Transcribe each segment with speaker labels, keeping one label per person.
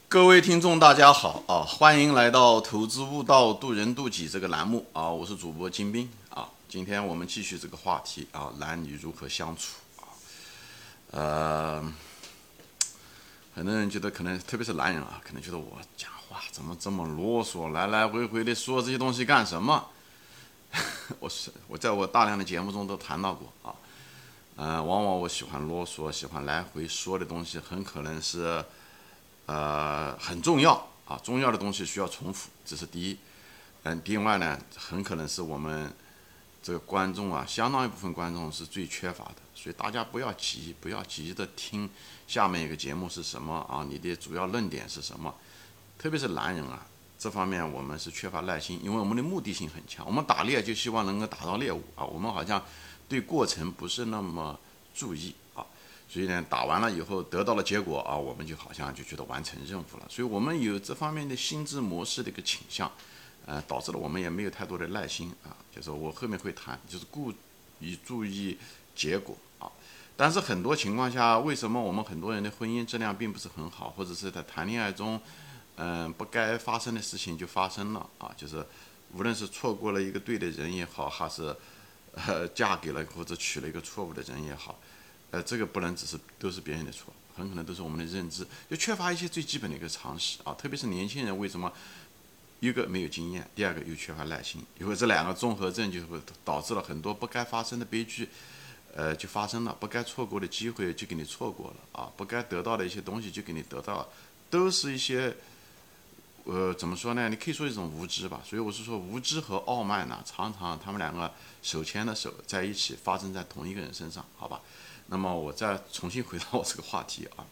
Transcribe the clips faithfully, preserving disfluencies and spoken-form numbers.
Speaker 1: 各位听众，大家好啊！欢迎来到投资悟道渡人渡己这个栏目啊！我是主播金兵啊！今天我们继续这个话题啊，男女如何相处啊？呃，很多人觉得可能，特别是男人啊，可能觉得我讲话怎么这么啰嗦，来来回回的说这些东西干什么？我是我在我大量的节目中都谈到过啊，呃，往往我喜欢啰嗦，喜欢来回说的东西，很可能是。呃，很重要啊，重要的东西需要重复，这是第一。嗯，另外呢，很可能是我们这个观众啊，相当一部分观众是最缺乏的，所以大家不要急，不要急着听下面一个节目是什么啊，你的主要论点是什么？特别是男人啊，这方面我们是缺乏耐心，因为我们的目的性很强，我们打猎就希望能够打到猎物啊，我们好像对过程不是那么注意啊。所以呢，打完了以后得到了结果啊，我们就好像就觉得完成任务了。所以我们有这方面的心智模式的一个倾向，呃，导致了我们也没有太多的耐心啊。就是我后面会谈，就是故意注意结果啊。但是很多情况下，为什么我们很多人的婚姻质量并不是很好，或者是在谈恋爱中，嗯、呃，不该发生的事情就发生了啊？就是无论是错过了一个对的人也好，还是呃嫁给了或者娶了一个错误的人也好。呃，这个不能只是都是别人的错，很可能都是我们的认知，就缺乏一些最基本的一个常识啊。特别是年轻人，为什么一个没有经验，第二个又缺乏耐心，因为这两个综合症就会导致了很多不该发生的悲剧，呃，就发生了，不该错过的机会就给你错过了啊，不该得到的一些东西就给你得到了，都是一些。呃，怎么说呢？你可以说一种无知吧。所以我是说，无知和傲慢呢，常常他们两个手牵着手在一起，发生在同一个人身上，好吧？那么我再重新回到我这个话题啊，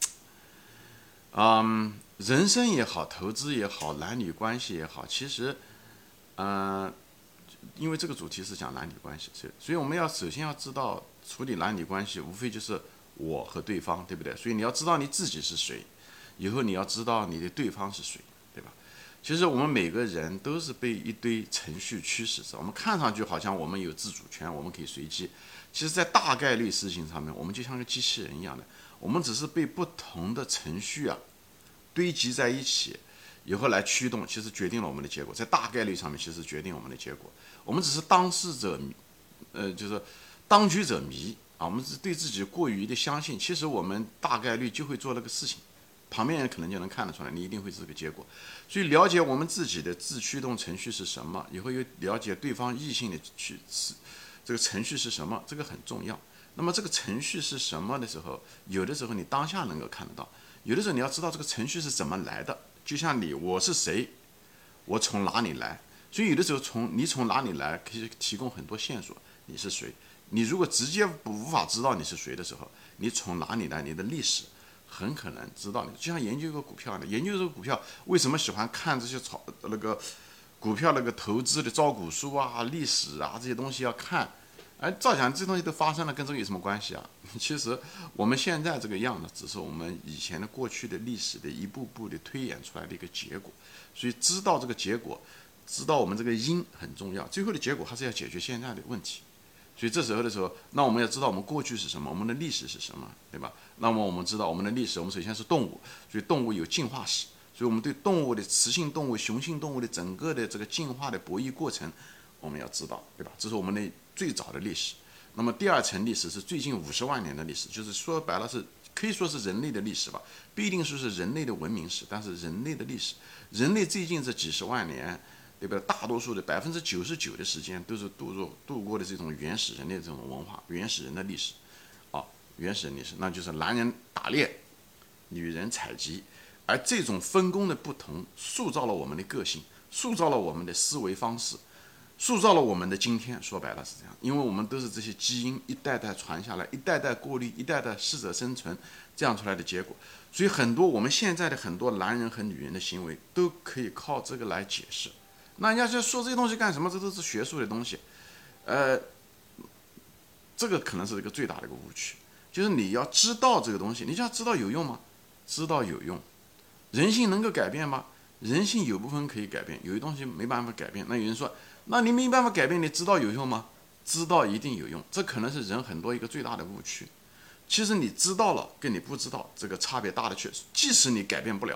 Speaker 1: 嗯，人生也好，投资也好，男女关系也好，其实，嗯、呃，因为这个主题是讲男女关系，所以所以我们要首先要知道处理男女关系，无非就是我和对方，对不对？所以你要知道你自己是谁，以后你要知道你的对方是谁，对吧？其实我们每个人都是被一堆程序驱使着，我们看上去好像我们有自主权，我们可以随机，其实，在大概率事情上面，我们就像个机器人一样的，我们只是被不同的程序啊堆积在一起，以后来驱动，其实决定了我们的结果，在大概率上面，其实决定我们的结果。我们只是当事者，呃，就是当局者迷啊，我们是对自己过于的相信，其实我们大概率就会做那个事情。旁边人可能就能看得出来，你一定会是这个结果。所以了解我们自己的自驱动程序是什么，以后又了解对方异性的去这个程序是什么，这个很重要。那么这个程序是什么的时候，有的时候你当下能够看得到，有的时候你要知道这个程序是怎么来的。就像你，我是谁，我从哪里来，所以有的时候从你从哪里来可以提供很多线索，你是谁。你如果直接不无法知道你是谁的时候，你从哪里来，你的历史很可能知道你。就像研究一个股票呢，研究这个股票为什么喜欢看这些炒那个股票那个投资的招股书啊、历史啊这些东西要看。哎，照讲这东西都发生了，跟这个有什么关系啊？其实我们现在这个样子，只是我们以前的过去的历史的一步步的推演出来的一个结果。所以知道这个结果，知道我们这个因很重要。最后的结果还是要解决现在的问题。所以这时候的时候，那我们要知道我们过去是什么，我们的历史是什么，对吧？那么我们知道我们的历史，我们首先是动物，所以动物有进化史，所以我们对动物的雌性动物、雄性动物的整个的这个进化的博弈过程，我们要知道，对吧？这是我们的最早的历史。那么第二层历史是最近五十万年的历史，就是说白了是可以说是人类的历史吧，不一定说是人类的文明史，但是人类的历史，人类最近这几十万年。对吧？大多数的百分之九十九的时间都是度过度过的这种原始人类的这种文化，原始人的历史，啊，原始人历史，那就是男人打猎，女人采集，而这种分工的不同，塑造了我们的个性，塑造了我们的思维方式，塑造了我们的今天。说白了是这样，因为我们都是这些基因一代代传下来，一代代过滤，一代代适者生存，这样出来的结果。所以很多我们现在的很多男人和女人的行为，都可以靠这个来解释。那人家就说这些东西干什么？这都是学术的东西，呃，这个可能是一个最大的一个误区，就是你要知道这个东西，你就要知道有用吗？知道有用，人性能够改变吗？人性有部分可以改变，有些东西没办法改变。那有人说，那你没办法改变，你知道有用吗？知道一定有用，这可能是人很多一个最大的误区。其实你知道了，跟你不知道这个差别大的去，即使你改变不了。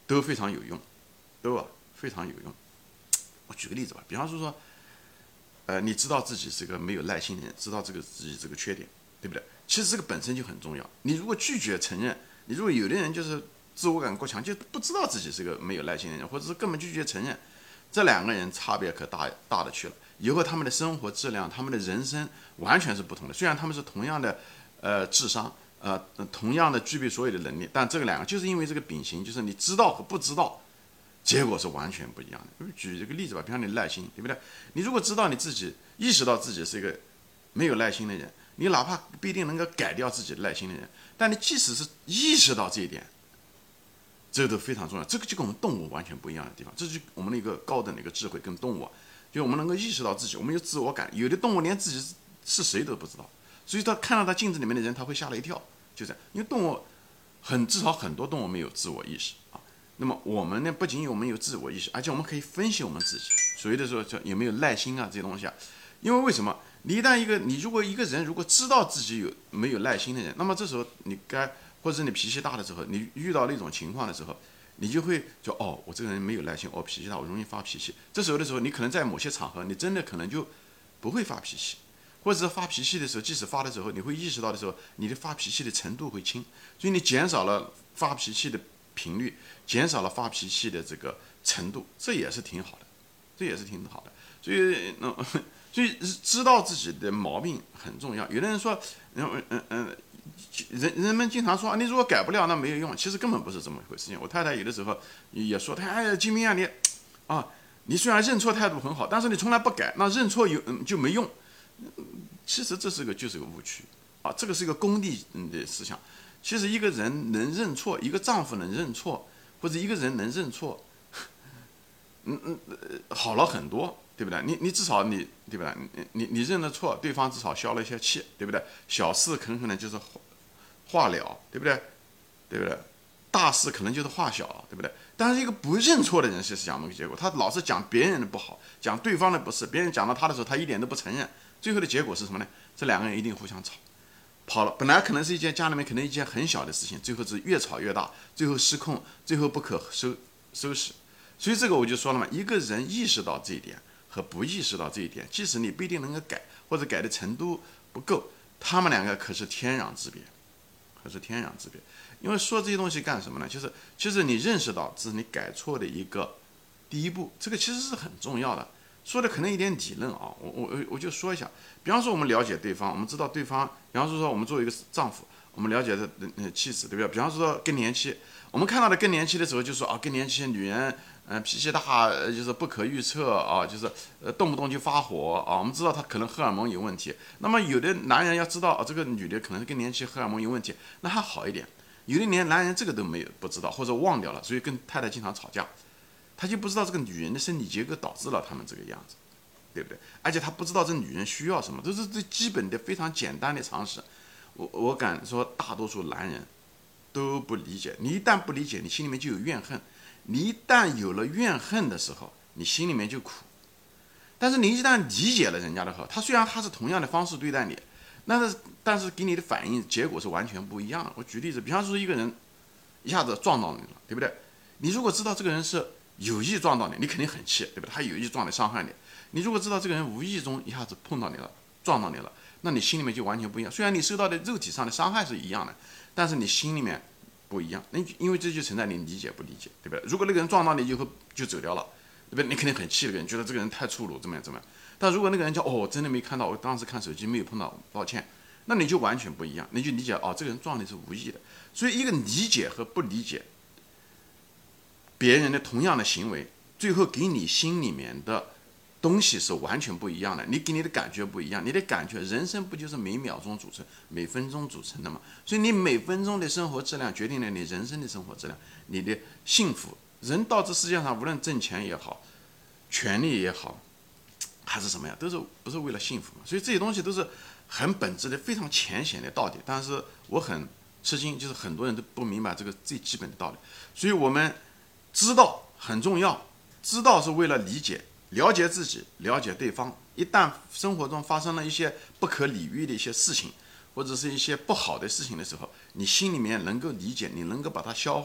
Speaker 1: 都非常有用，都啊非常有用。我举个例子吧，比方说说，呃，你知道自己是个没有耐心的人，知道这个自己这个缺点，对不对？其实这个本身就很重要。你如果拒绝承认，你如果有的人就是自我感过强，就不知道自己是个没有耐心的人，或者是根本拒绝承认，这两个人差别可大大的去了。以后他们的生活质量，他们的人生完全是不同的。虽然他们是同样的呃智商，呃同样的具备所有的能力，但这个两个就是因为这个秉性，就是你知道和不知道，结果是完全不一样的。举这个例子吧，比方你耐心，对不对？你如果知道你自己意识到自己是一个没有耐心的人，你哪怕不一定能够改掉自己耐心的人，但你即使是意识到这一点，这个都非常重要。这个就跟我们动物完全不一样的地方，这就是我们的一个高等的一个智慧，跟动物，就我们能够意识到自己，我们有自我感。有的动物连自己是谁都不知道，所以他看到他镜子里面的人，他会吓了一跳，就这样。因为动物很至少很多动物没有自我意识啊。那么我们呢，不仅有我们有自我意识，而且我们可以分析我们自己，所谓的说叫有没有耐心啊这些东西啊。因为为什么？你一旦一个你如果一个人如果知道自己有没有耐心的人，那么这时候你该或者是你脾气大的时候，你遇到那种情况的时候，你就会就哦，我这个人没有耐心，哦，脾气大，我容易发脾气。这时候的时候，你可能在某些场合，你真的可能就不会发脾气，或者是发脾气的时候，即使发的时候，你会意识到的时候，你的发脾气的程度会轻，所以你减少了发脾气的频率，减少了发脾气的这个程度，这也是挺好的，这也是挺好的。所以，嗯。所以知道自己的毛病很重要。有的人说，嗯嗯嗯，人人们经常说，你如果改不了，那没有用。其实根本不是这么一回事情。我太太有的时候也说，她哎，金明啊，你啊，你虽然认错态度很好，但是你从来不改，那认错有嗯就没用。其实这是个就是个误区啊，这个是一个功利的思想。其实一个人能认错，一个丈夫能认错，或者一个人能认错，嗯嗯，好了很多。对不对？你你至少你对不对？你你你认了错，对方至少消了一些气，对不对？小事可能可能就是化了，对不对？对不对？大事可能就是化小，对不对？但是一个不认错的人是什么结果？他老是讲别人的不好，讲对方的不是，别人讲到他的时候，他一点都不承认，最后的结果是什么呢？这两个人一定互相吵，跑了。本来可能是一件家里面可能一件很小的事情，最后是越吵越大，最后失控，最后不可收收拾。所以这个我就说了嘛，一个人意识到这一点和不意识到这一点，即使你不一定能够改，或者改的程度不够，他们两个可是天壤之别，可是天壤之别。因为说这些东西干什么呢？就是其实你认识到这是你改错的一个第一步，这个其实是很重要的。说的可能有点理论啊，我我我就说一下。比方说我们了解对方，我们知道对方，比方说说我们作为一个丈夫，我们了解的呃妻子，对不对？比方说更年期，我们看到的更年期的时候，就说啊，更年期的女人。嗯、呃，脾气大，呃，就是不可预测啊，就是呃，动不动就发火啊。我们知道他可能荷尔蒙有问题。那么有的男人要知道啊，这个女的可能更年期荷尔蒙有问题，那还好一点。有的年男人这个都没有不知道或者忘掉了，所以跟太太经常吵架，他就不知道这个女人的生理结构导致了他们这个样子，对不对？而且他不知道这女人需要什么，这是最基本的非常简单的常识。我我敢说，大多数男人都不理解。你一旦不理解，你心里面就有怨恨。你一旦有了怨恨的时候，你心里面就苦。但是你一旦理解了人家的话，他虽然他是同样的方式对待你，那是但是给你的反应结果是完全不一样的。我举例子，比方说一个人一下子撞到你了，对不对？你如果知道这个人是有意撞到你，你肯定很气，对不对？他有意撞你伤害你。你如果知道这个人无意中一下子碰到你了，撞到你了，那你心里面就完全不一样。虽然你受到的肉体上的伤害是一样的，但是你心里面不一样，因为这就存在你理解不理解，对不对？如果那个人撞到你以后就走掉了，对不对？你肯定很气，那个人觉得这个人太粗鲁，怎么样怎么样。但如果那个人叫哦，真的没看到，我当时看手机没有碰到，抱歉，那你就完全不一样，你就理解哦，这个人撞你是无意的。所以一个理解和不理解别人的同样的行为，最后给你心里面的东西是完全不一样的，你给你的感觉不一样，你的感觉，人生不就是每秒钟组成，每分钟组成的吗？所以你每分钟的生活质量决定了你人生的生活质量，你的幸福。人到这世界上，无论挣钱也好，权利也好，还是什么呀，都是不是为了幸福嘛？所以这些东西都是很本质的、非常浅显的道理。但是我很吃惊，就是很多人都不明白这个最基本的道理。所以我们知道很重要，知道是为了理解。了解自己，了解对方。一旦生活中发生了一些不可理喻的一些事情，或者是一些不好的事情的时候，你心里面能够理解，你能够把它消化，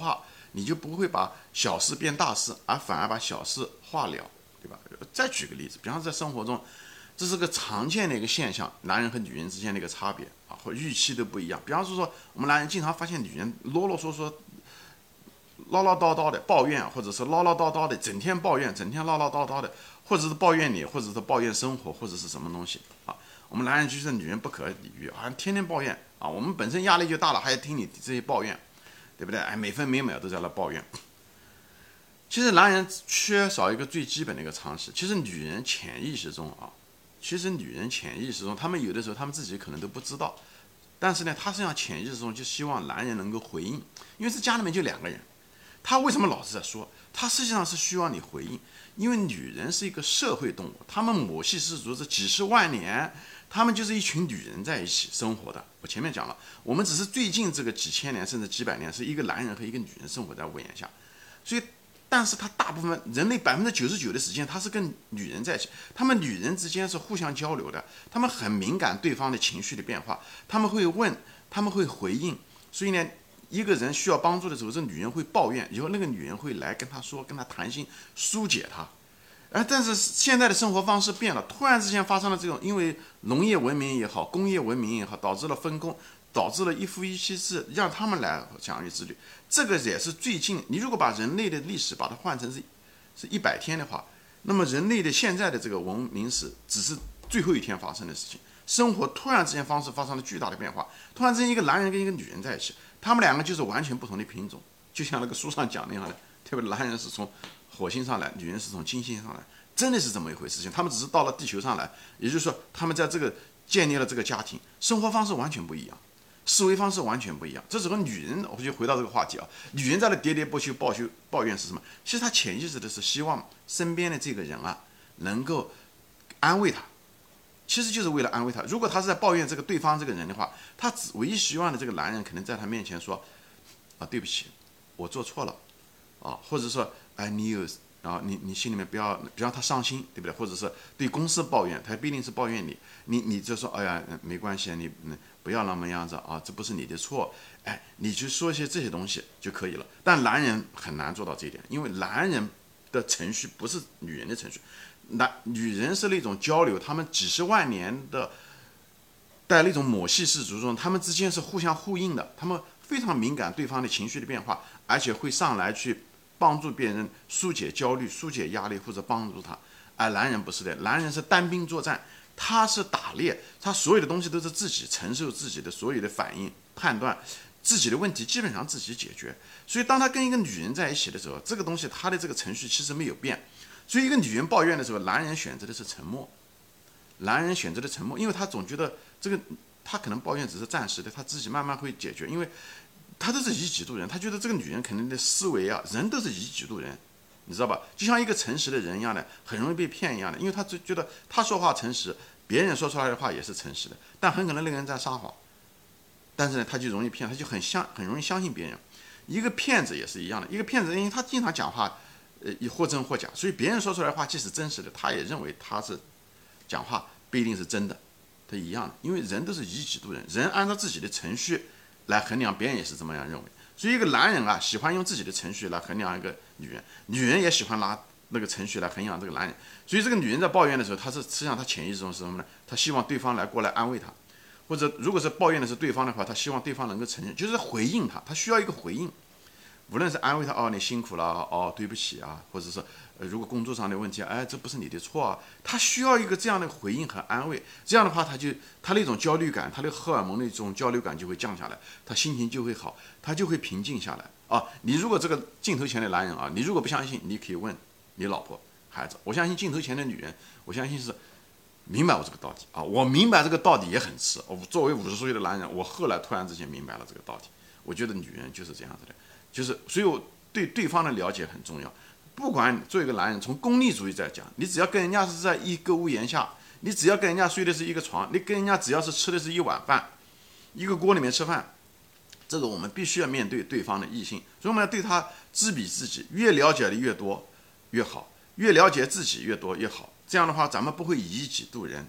Speaker 1: 你就不会把小事变大事，而反而把小事化了，对吧？再举个例子，比方说在生活中，这是个常见的一个现象，男人和女人之间的一个差别啊，或预期都不一样。比方说说我们男人经常发现女人啰啰嗦嗦、唠唠叨叨的抱怨，或者是唠唠叨叨的整天抱怨、整天唠唠叨叨的，或者是抱怨你，或者是抱怨生活，或者是什么东西啊？我们男人觉得女人不可理喻，好像天天抱怨啊。我们本身压力就大了，还要听你这些抱怨，对不对？哎，每分每秒都在那抱怨。其实男人缺少一个最基本的一个常识，其实女人潜意识中啊，其实女人潜意识中，他们有的时候他们自己可能都不知道，但是呢，他实际上潜意识中就希望男人能够回应，因为这家里面就两个人。他为什么老是在说？他实际上是需要你回应，因为女人是一个社会动物，她们母系氏族是几十万年，她们就是一群女人在一起生活的。我前面讲了，我们只是最近这个几千年甚至几百年是一个男人和一个女人生活在屋檐下，所以，但是他大部分人类百分之九十九的时间，他是跟女人在一起，他们女人之间是互相交流的，他们很敏感对方的情绪的变化，他们会问，他们会回应，所以呢。一个人需要帮助的时候，这女人会抱怨，以后那个女人会来跟他说，跟他谈心，疏解他。而但是现在的生活方式变了，突然之间发生了这种，因为农业文明也好，工业文明也好，导致了分工，导致了一夫一妻制，让他们来享于自律。这个也是最近，你如果把人类的历史把它换成是是一百天的话，那么人类的现在的这个文明史只是最后一天发生的事情。生活突然之间方式发生了巨大的变化，突然之间一个男人跟一个女人在一起，他们两个就是完全不同的品种，就像那个书上讲那样的，对不对？男人是从火星上来，女人是从金星上来，真的是这么一回事情。他们只是到了地球上来，也就是说，他们在这个建立了这个家庭，生活方式完全不一样，思维方式完全不一样。这时候女人，我就回到这个话题啊，女人在那喋喋不休、抱休抱怨是什么？其实她潜意识的是希望身边的这个人啊，能够安慰她。其实就是为了安慰他。如果他是在抱怨这个对方这个人的话，他只唯一希望的这个男人可能在他面前说：“啊，对不起，我做错了，啊，或者说，哎，你有啊，你你心里面不要不让他伤心，对不对？或者是对公司抱怨，他不一定是抱怨你，你你就说，哎呀，没关系，你嗯不要那么样子啊，这不是你的错，哎，你去说一些这些东西就可以了。但男人很难做到这一点，因为男人的程序不是女人的程序。”男女人是那种交流，他们几十万年的在那种母系氏族中，他们之间是互相呼应的，他们非常敏感对方的情绪的变化，而且会上来去帮助别人疏解焦虑、疏解压力或者帮助他。而男人不是的，男人是单兵作战，他是打猎，他所有的东西都是自己承受自己的所有的反应、判断，自己的问题基本上自己解决。所以当他跟一个女人在一起的时候，这个东西他的这个程序其实没有变。所以，一个女人抱怨的时候，男人选择的是沉默。男人选择的沉默，因为他总觉得这个，他可能抱怨只是暂时的，他自己慢慢会解决。因为他都是以己度人，他觉得这个女人可能的思维啊，人都是以己度人，你知道吧？就像一个诚实的人一样的，很容易被骗一样的。因为他就觉得他说话诚实，别人说出来的话也是诚实的，但很可能那个人在撒谎。但是呢，他就容易骗，他就很相很容易相信别人。一个骗子也是一样的，一个骗子因为他经常讲话。呃，或真或假，所以别人说出来的话既是真实的，他也认为他是讲话不一定是真的，他一样的，因为人都是以己度人，人按照自己的程序来衡量，别人也是这么样认为。所以一个男人啊，喜欢用自己的程序来衡量一个女人，女人也喜欢拿那个程序来衡量这个男人。所以这个女人在抱怨的时候，她是实际上她潜意识中是什么呢？她希望对方来过来安慰她，或者如果是抱怨的是对方的话，她希望对方能够承认，就是回应她，她需要一个回应。无论是安慰他哦，你辛苦了哦，对不起啊，或者是呃，如果工作上的问题，哎，这不是你的错啊，他需要一个这样的回应和安慰，这样的话，他就他那种焦虑感，他的荷尔蒙的一种焦虑感就会降下来，他心情就会好，他就会平静下来啊。你如果这个镜头前的男人啊，你如果不相信，你可以问你老婆、孩子，我相信镜头前的女人，我相信是明白我这个道理啊，我明白这个道理也很迟。我作为五十岁的男人，我后来突然之间明白了这个道理，我觉得女人就是这样子的。就是，所以我对对方的了解很重要。不管做一个男人，从功利主义在讲，你只要跟人家是在一个屋檐下，你只要跟人家睡的是一个床，你跟人家只要是吃的是一碗饭，一个锅里面吃饭，这个我们必须要面对对方的异性，所以我们要对他知彼知己，越了解的越多越好，越了解自己越多越好。这样的话，咱们不会以己度人。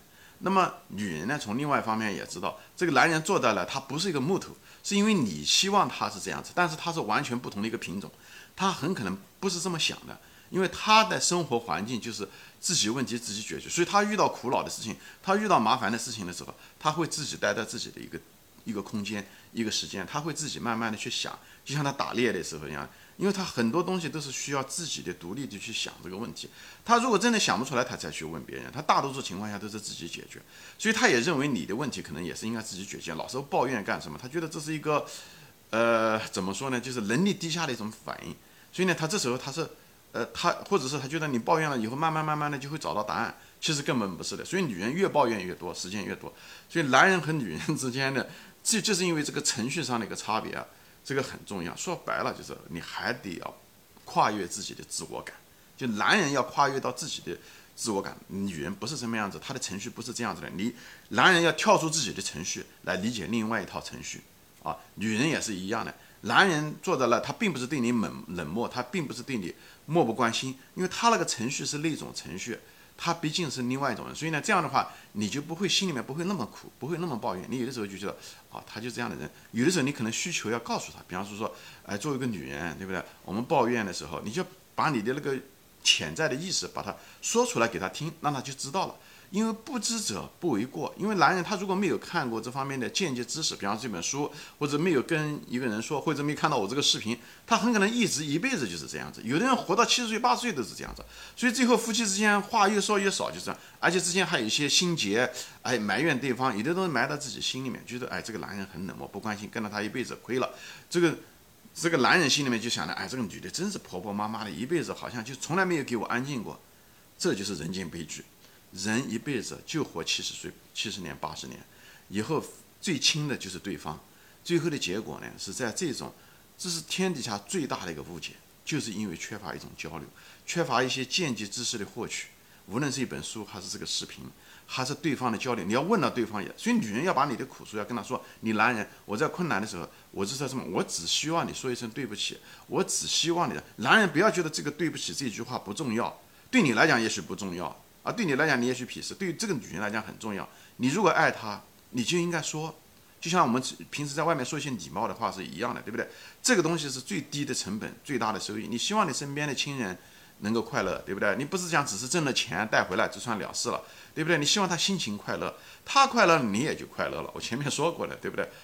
Speaker 1: 那么女人呢，从另外一方面也知道，这个男人做到了，他不是一个木头，是因为你希望他是这样子，但是他是完全不同的一个品种，他很可能不是这么想的，因为他的生活环境就是自己问题自己解决，所以他遇到苦恼的事情，他遇到麻烦的事情的时候，他会自己待在自己的一个一个空间、一个时间，他会自己慢慢的去想，就像他打猎的时候一样，因为他很多东西都是需要自己的独立的去想这个问题。他如果真的想不出来，他才去问别人，他大多数情况下都是自己解决，所以他也认为你的问题可能也是应该自己解决，老是抱怨干什么？他觉得这是一个，呃，怎么说呢，就是能力低下的一种反应。所以呢，他这时候他是，呃，他或者是他觉得你抱怨了以后，慢慢慢慢的就会找到答案。其实根本不是的，所以女人越抱怨越多，时间越多。所以男人和女人之间的，这就是因为这个程序上的一个差别啊，这个很重要。说白了就是你还得要跨越自己的自我感，就男人要跨越到自己的自我感，女人不是什么样子，她的程序不是这样子的。你男人要跳出自己的程序来理解另外一套程序啊，女人也是一样的。男人做到了，他并不是对你冷冷漠，他并不是对你漠不关心，因为他那个程序是那种程序。他毕竟是另外一种人，所以呢，这样的话，你就不会心里面不会那么苦，不会那么抱怨。你有的时候就觉得，啊，他就这样的人。有的时候你可能需求要告诉他，比方说说，哎，作为一个女人，对不对？我们抱怨的时候，你就把你的那个潜在的意识把它说出来给他听，让他就知道了。因为不知者不为过，因为男人他如果没有看过这方面的间接知识，比方说这本书，或者没有跟一个人说，或者没看到我这个视频，他很可能一直一辈子就是这样子。有的人活到七十岁八十岁都是这样子，所以最后夫妻之间话越说越少，就这样，而且之间还有一些心结，哎，埋怨对方，有的都埋到自己心里面，觉得哎这个男人很冷漠不关心，跟了他一辈子亏了。这个这个男人心里面就想着，哎这个女的真是婆婆妈妈的，一辈子好像就从来没有给我安静过，这就是人间悲剧。人一辈子就活七十岁、七十年、八十年，以后最亲的就是对方，最后的结果呢是在这种，这是天底下最大的一个误解，就是因为缺乏一种交流，缺乏一些间接知识的获取，无论是一本书还是这个视频，还是对方的交流，你要问到对方也，所以女人要把你的苦处要跟他说，你男人，我在困难的时候，我是在什么，我只希望你说一声对不起，我只希望你的男人不要觉得这个对不起这句话不重要，对你来讲也许不重要。啊，对你来讲你也许鄙视，对于这个女人来讲很重要。你如果爱她，你就应该说，就像我们平时在外面说一些礼貌的话是一样的，对不对？这个东西是最低的成本，最大的收益。你希望你身边的亲人能够快乐，对不对？你不是讲只是挣了钱带回来就算了事了，对不对？你希望他心情快乐，他快乐你也就快乐了。我前面说过了，对不对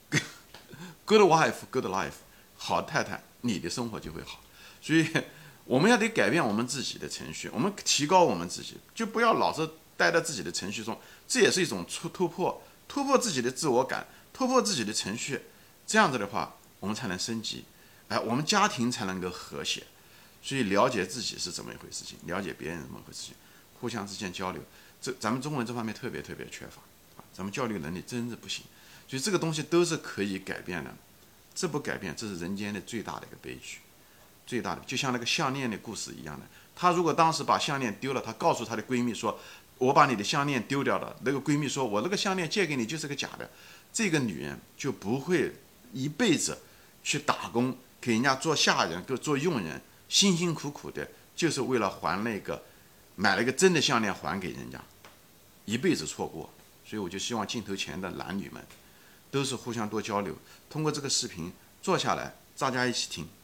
Speaker 1: ？Good wife, good life， 好太太，你的生活就会好。所以。我们要得改变我们自己的程序，我们提高我们自己，就不要老是待在自己的程序中，这也是一种突突破，突破自己的自我感，突破自己的程序，这样子的话，我们才能升级，哎，我们家庭才能够和谐。所以了解自己是怎么一回事情，了解别人是怎么一回事情，互相之间交流，这咱们中国人这方面特别特别缺乏啊，咱们交流能力真是不行，所以这个东西都是可以改变的，这不改变，这是人间的最大的一个悲剧。最大的就像那个项链的故事一样的，她如果当时把项链丢了，她告诉她的闺蜜说：“我把你的项链丢掉了。”那个闺蜜说：“我那个项链借给你就是个假的。”这个女人就不会一辈子去打工，给人家做下人，给做佣人，辛辛苦苦的，就是为了还那个买了一个真的项链还给人家，一辈子错过。所以我就希望镜头前的男女们都是互相多交流，通过这个视频坐下来，大家一起听。